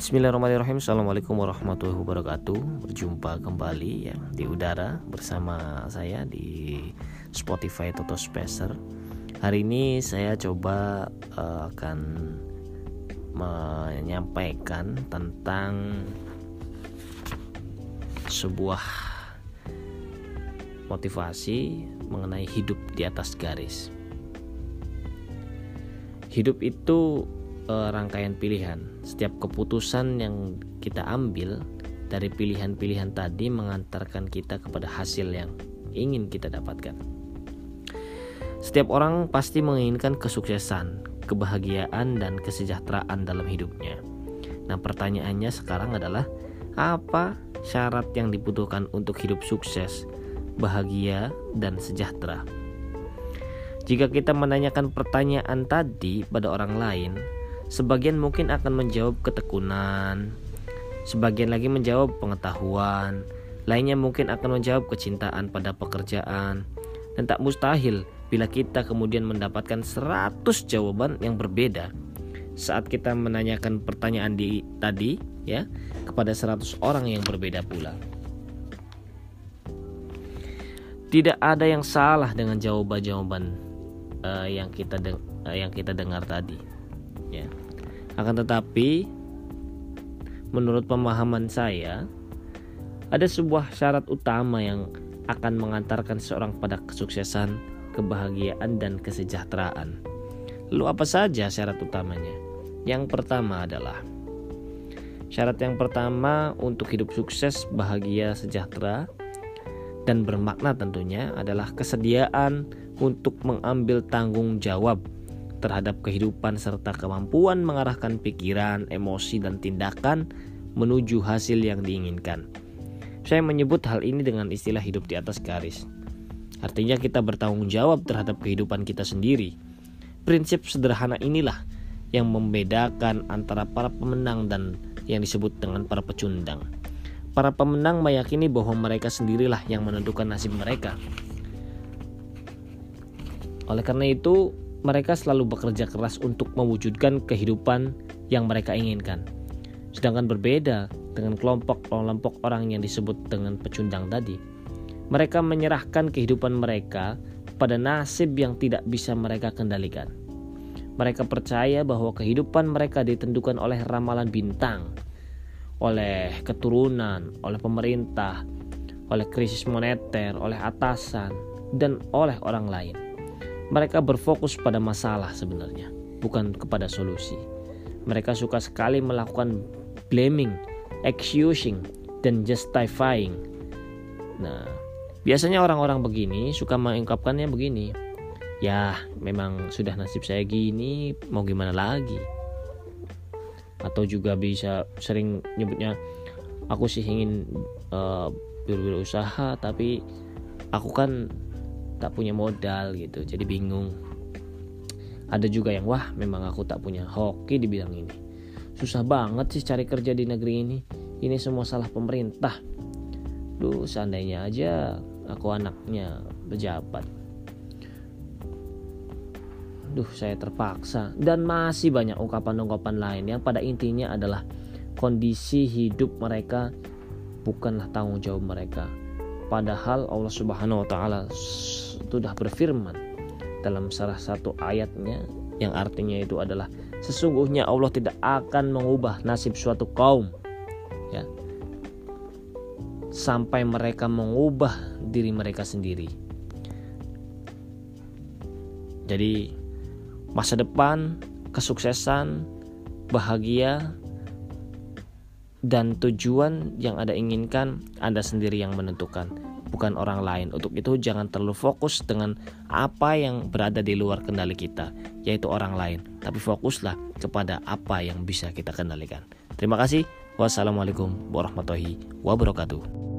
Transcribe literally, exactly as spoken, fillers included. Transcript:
Bismillahirrahmanirrahim. Assalamualaikum warahmatullahi wabarakatuh. Berjumpa kembali ya di udara bersama saya di Spotify Toto Spacer. Hari ini saya coba uh, akan menyampaikan tentang sebuah motivasi mengenai hidup di atas garis. Hidup itu uh, rangkaian pilihan. Setiap keputusan yang kita ambil dari pilihan-pilihan tadi mengantarkan kita kepada hasil yang ingin kita dapatkan. Setiap orang pasti menginginkan kesuksesan, kebahagiaan, dan kesejahteraan dalam hidupnya. Nah, pertanyaannya sekarang adalah, apa syarat yang dibutuhkan untuk hidup sukses, bahagia, dan sejahtera? Jika kita menanyakan pertanyaan tadi pada orang lain, sebagian mungkin akan menjawab ketekunan, sebagian lagi menjawab pengetahuan, lainnya mungkin akan menjawab kecintaan pada pekerjaan. Dan tak mustahil bila kita kemudian mendapatkan seratus jawaban yang berbeda saat kita menanyakan pertanyaan di tadi ya kepada seratus orang yang berbeda pula. Tidak ada yang salah dengan jawaban-jawaban uh, yang kita de- uh, yang kita dengar tadi ya. Akan tetapi menurut pemahaman saya, ada sebuah syarat utama yang akan mengantarkan seorang pada kesuksesan, kebahagiaan, dan kesejahteraan. Lalu apa saja syarat utamanya? Yang pertama adalah syarat yang pertama untuk hidup sukses, bahagia, sejahtera, dan bermakna tentunya adalah kesediaan untuk mengambil tanggung jawab terhadap kehidupan serta kemampuan mengarahkan pikiran, emosi, dan tindakan menuju hasil yang diinginkan. Saya menyebut hal ini dengan istilah hidup di atas garis. Artinya kita bertanggung jawab terhadap kehidupan kita sendiri. Prinsip sederhana inilah yang membedakan antara para pemenang dan yang disebut dengan para pecundang. Para pemenang meyakini bahwa mereka sendirilah yang menentukan nasib mereka. Oleh karena itu, mereka selalu bekerja keras untuk mewujudkan kehidupan yang mereka inginkan. Sedangkan berbeda dengan kelompok-kelompok orang yang disebut dengan pecundang tadi. Mereka menyerahkan kehidupan mereka pada nasib yang tidak bisa mereka kendalikan. Mereka percaya bahwa kehidupan mereka ditentukan oleh ramalan bintang, oleh keturunan, oleh pemerintah, oleh krisis moneter, oleh atasan, dan oleh orang lain. Mereka berfokus pada masalah sebenarnya, bukan kepada solusi. Mereka suka sekali melakukan blaming, accusing, dan justifying. Nah, biasanya orang-orang begini suka mengungkapkannya begini, ya memang sudah nasib saya gini, mau gimana lagi. Atau juga bisa sering nyebutnya, aku sih ingin uh, berusaha tapi aku kan tak punya modal gitu, jadi bingung. Ada juga yang wah memang aku tak punya hoki di bidang ini, susah banget sih cari kerja di negeri ini, ini semua salah pemerintah. Duh, seandainya aja aku anaknya pejabat. Duh, saya terpaksa. Dan masih banyak ungkapan-ungkapan lain yang pada intinya adalah kondisi hidup mereka bukanlah tanggung jawab mereka. Padahal Allah Subhanahu wa taala sudah berfirman dalam salah satu ayatnya yang artinya itu adalah sesungguhnya Allah tidak akan mengubah nasib suatu kaum ya sampai mereka mengubah diri mereka sendiri. Jadi masa depan, kesuksesan, bahagia, dan tujuan yang Anda inginkan, Anda sendiri yang menentukan, bukan orang lain. Untuk itu jangan terlalu fokus dengan apa yang berada di luar kendali kita, yaitu orang lain. Tapi fokuslah kepada apa yang bisa kita kendalikan. Terima kasih. Wassalamualaikum warahmatullahi wabarakatuh.